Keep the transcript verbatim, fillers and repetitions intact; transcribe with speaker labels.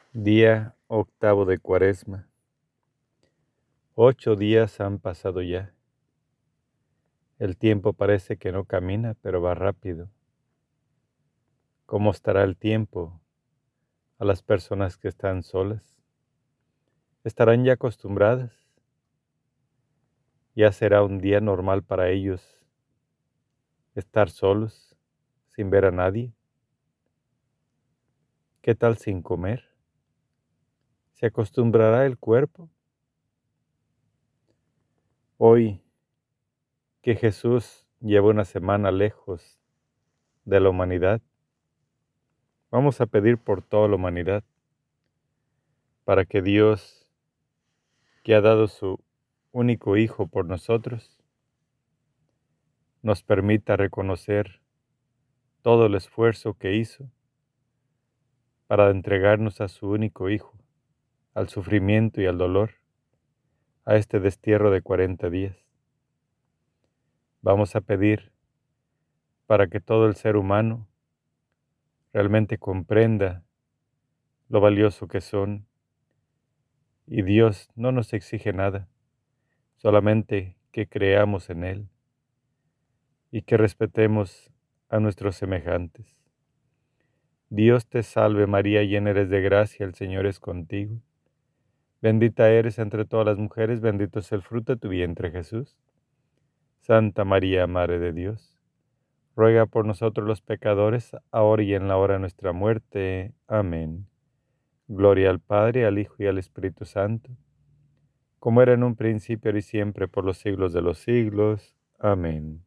Speaker 1: Día octavo de Cuaresma. Ocho días han pasado ya. El tiempo parece que no camina, pero va rápido. ¿Cómo estará el tiempo a las personas que están solas? ¿Estarán ya acostumbradas? ¿Ya será un día normal para ellos estar solos, sin ver a nadie? ¿Qué tal sin comer? ¿Se acostumbrará el cuerpo? Hoy que Jesús lleva una semana lejos de la humanidad, vamos a pedir por toda la humanidad, para que Dios, que ha dado su único Hijo por nosotros, nos permita reconocer todo el esfuerzo que hizo para entregarnos a su único Hijo, al sufrimiento y al dolor, a este destierro de cuarenta días. Vamos a pedir para que todo el ser humano realmente comprenda lo valioso que son, y Dios no nos exige nada, solamente que creamos en Él y que respetemos a nuestros semejantes. Dios te salve María, llena eres de gracia, el Señor es contigo. Bendita eres entre todas las mujeres, bendito es el fruto de tu vientre Jesús. Santa María, Madre de Dios, ruega por nosotros los pecadores, ahora y en la hora de nuestra muerte. Amén. Gloria al Padre, al Hijo y al Espíritu Santo, como era en un principio, ahora y siempre, por los siglos de los siglos. Amén.